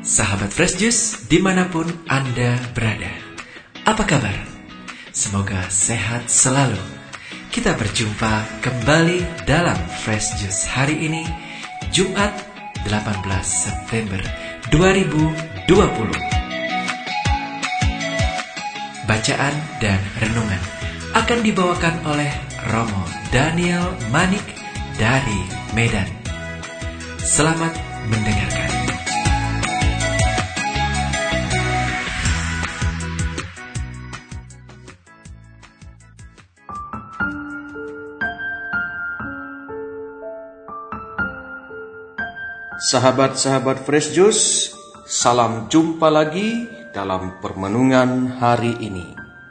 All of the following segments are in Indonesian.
Sahabat Fresh Juice dimanapun Anda berada, apa kabar? Semoga sehat selalu. Kita berjumpa kembali dalam Fresh Juice hari ini, Jumat 18 September 2020. Bacaan dan renungan akan dibawakan oleh Romo Daniel Manik dari Medan. Selamat mendengarkan. Sahabat-sahabat Fresh Juice, salam jumpa lagi dalam permenungan hari ini.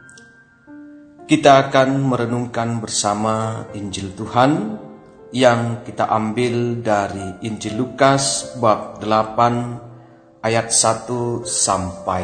Kita akan merenungkan bersama Injil Tuhan yang kita ambil dari Injil Lukas bab 8 ayat 1 sampai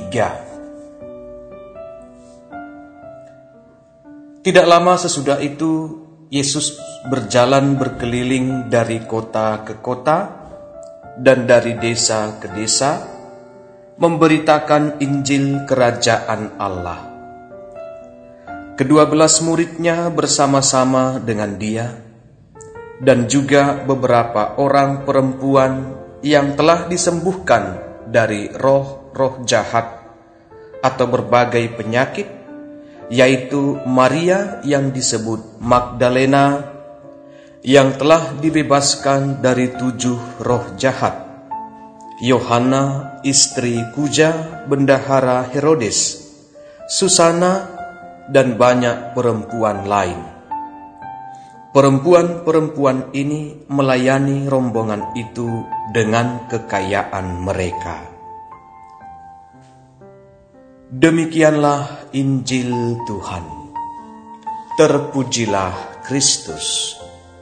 3. Tidak lama sesudah itu, Yesus berjalan berkeliling dari kota ke kota dan dari desa ke desa, memberitakan Injil Kerajaan Allah. Kedua belas muridnya bersama-sama dengan dia, dan juga beberapa orang perempuan yang telah disembuhkan dari roh-roh jahat atau berbagai penyakit, yaitu Maria yang disebut Magdalena, yang telah dibebaskan dari 7 roh jahat, Yohana istri Kuja bendahara Herodes, Susana, dan banyak perempuan lain. Perempuan-perempuan ini melayani rombongan itu dengan kekayaan mereka. Demikianlah Injil Tuhan. Terpujilah Kristus.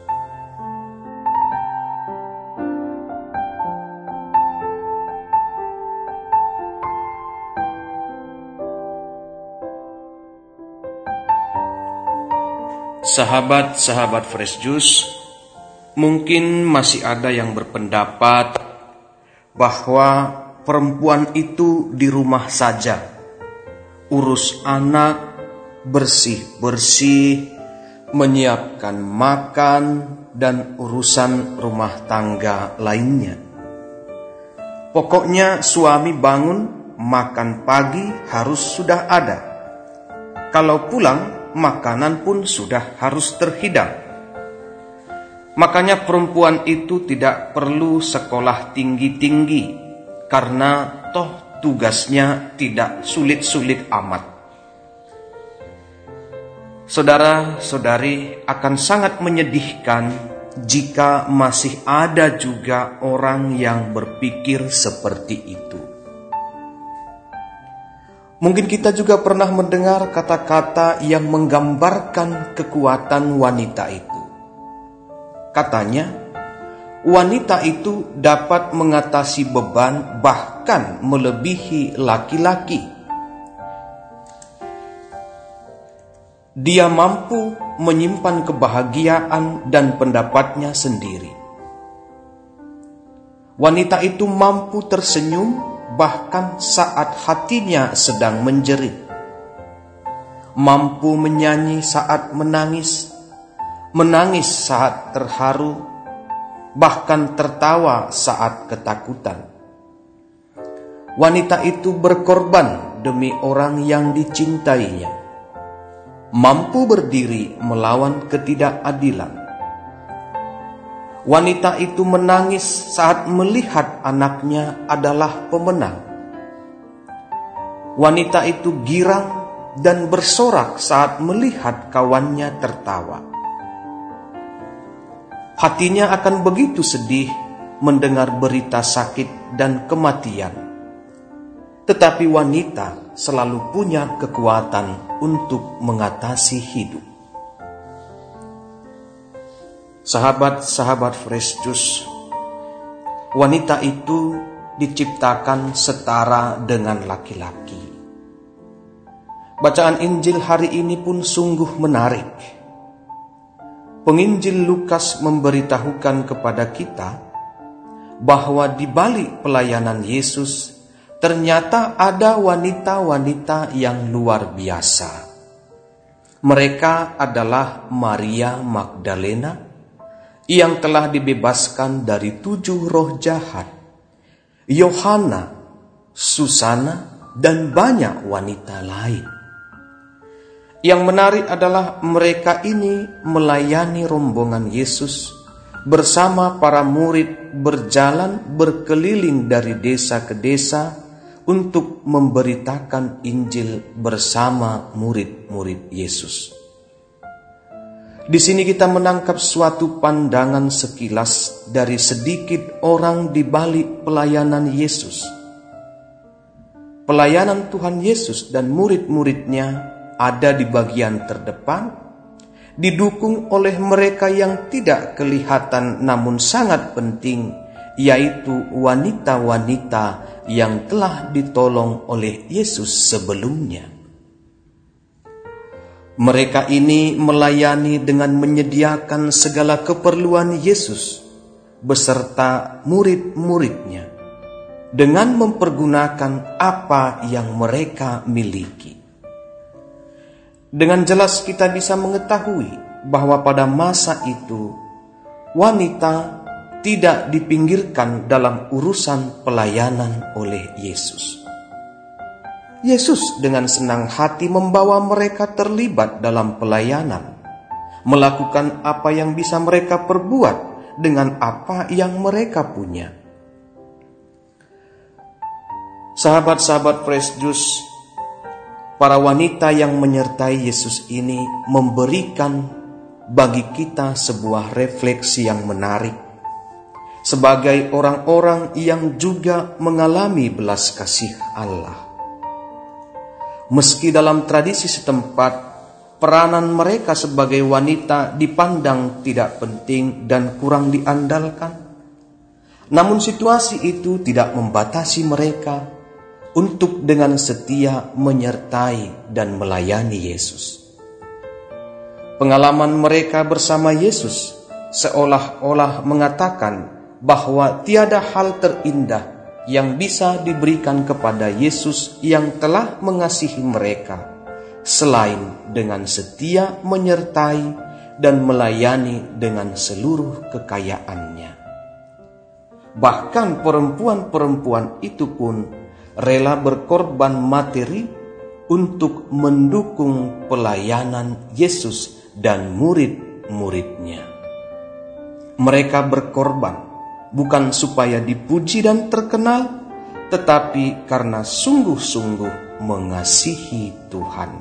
Sahabat-sahabat Fresh Juice, mungkin masih ada yang berpendapat bahwa perempuan itu di rumah saja, urus anak, bersih-bersih, menyiapkan makan, dan urusan rumah tangga lainnya. Pokoknya suami bangun, makan pagi harus sudah ada. Kalau pulang, makanan pun sudah harus terhidang. Makanya perempuan itu tidak perlu sekolah tinggi-tinggi, karena toh tugasnya tidak sulit-sulit amat. Saudara-saudari, akan sangat menyedihkan jika masih ada juga orang yang berpikir seperti itu. Mungkin kita juga pernah mendengar kata-kata yang menggambarkan kekuatan wanita itu. Katanya, wanita itu dapat mengatasi beban bahkan melebihi laki-laki. Dia mampu menyimpan kebahagiaan dan pendapatnya sendiri. Wanita itu mampu tersenyum bahkan saat hatinya sedang menjerit, mampu menyanyi saat menangis, menangis saat terharu, bahkan tertawa saat ketakutan. Wanita itu berkorban demi orang yang dicintainya, mampu berdiri melawan ketidakadilan. Wanita itu menangis saat melihat anaknya adalah pemenang. Wanita itu girang dan bersorak saat melihat kawannya tertawa. Hatinya akan begitu sedih mendengar berita sakit dan kematian. Tetapi wanita selalu punya kekuatan untuk mengatasi hidup. Sahabat-sahabat Fresh Juice, wanita itu diciptakan setara dengan laki-laki. Bacaan Injil hari ini pun sungguh menarik. Penginjil Lukas memberitahukan kepada kita bahwa di balik pelayanan Yesus ternyata ada wanita-wanita yang luar biasa. Mereka adalah Maria Magdalena yang telah dibebaskan dari 7 roh jahat, Yohana, Susana, dan banyak wanita lain. Yang menarik adalah mereka ini melayani rombongan Yesus bersama para murid, berjalan berkeliling dari desa ke desa untuk memberitakan Injil bersama murid-murid Yesus. Di sini kita menangkap suatu pandangan sekilas dari sedikit orang di balik pelayanan Yesus. Pelayanan Tuhan Yesus dan murid-muridnya ada di bagian terdepan, didukung oleh mereka yang tidak kelihatan namun sangat penting, yaitu wanita-wanita yang telah ditolong oleh Yesus sebelumnya. Mereka ini melayani dengan menyediakan segala keperluan Yesus beserta murid-muridnya dengan mempergunakan apa yang mereka miliki. Dengan jelas kita bisa mengetahui bahwa pada masa itu wanita tidak dipinggirkan dalam urusan pelayanan oleh Yesus. Yesus dengan senang hati membawa mereka terlibat dalam pelayanan, melakukan apa yang bisa mereka perbuat dengan apa yang mereka punya. Sahabat-sahabat Fresh Juice, para wanita yang menyertai Yesus ini memberikan bagi kita sebuah refleksi yang menarik sebagai orang-orang yang juga mengalami belas kasih Allah. Meski dalam tradisi setempat, peranan mereka sebagai wanita dipandang tidak penting dan kurang diandalkan, namun situasi itu tidak membatasi mereka untuk dengan setia menyertai dan melayani Yesus. Pengalaman mereka bersama Yesus seolah-olah mengatakan bahwa tiada hal terindah yang bisa diberikan kepada Yesus yang telah mengasihi mereka selain dengan setia menyertai dan melayani dengan seluruh kekayaannya. Bahkan perempuan-perempuan itu pun rela berkorban materi untuk mendukung pelayanan Yesus dan murid-muridnya. Mereka berkorban bukan supaya dipuji dan terkenal, tetapi karena sungguh-sungguh mengasihi Tuhan.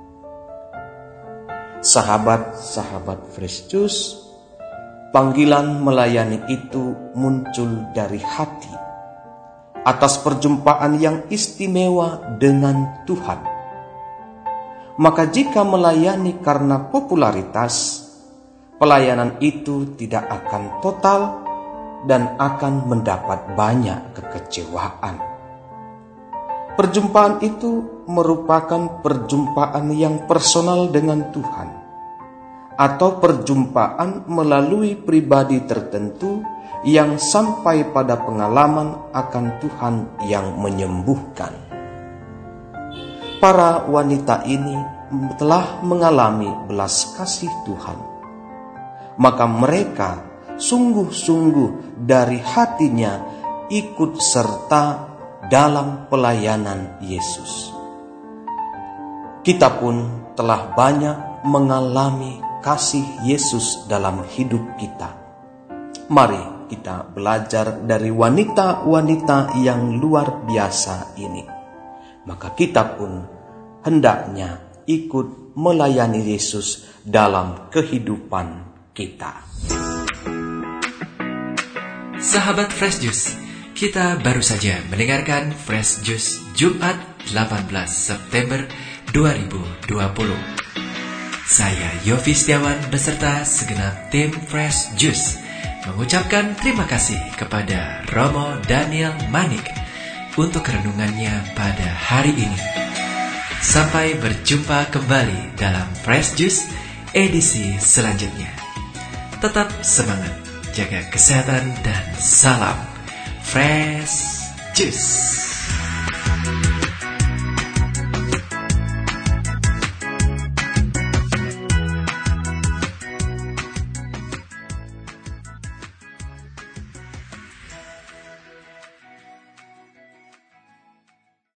Sahabat-sahabat Fresh Juice, panggilan melayani itu muncul dari hati atas perjumpaan yang istimewa dengan Tuhan. Maka jika melayani karena popularitas, pelayanan itu tidak akan total dan akan mendapat banyak kekecewaan. Perjumpaan itu merupakan perjumpaan yang personal dengan Tuhan, atau perjumpaan melalui pribadi tertentu yang sampai pada pengalaman akan Tuhan yang menyembuhkan. Para wanita ini telah mengalami belas kasih Tuhan, maka mereka sungguh-sungguh dari hatinya ikut serta dalam pelayanan Yesus. Kita pun telah banyak mengalami kasih Yesus dalam hidup kita. Mari kita belajar dari wanita-wanita yang luar biasa ini. Maka kita pun hendaknya ikut melayani Yesus dalam kehidupan kita. Sahabat Fresh Juice, kita baru saja mendengarkan Fresh Juice Jumat 18 September 2020. Saya Yofi Setiawan beserta segenap tim Fresh Juice mengucapkan terima kasih kepada Romo Daniel Manik untuk renungannya pada hari ini. Sampai berjumpa kembali dalam Fresh Juice edisi selanjutnya. Tetap semangat, jaga kesehatan, dan salam Fresh Juice.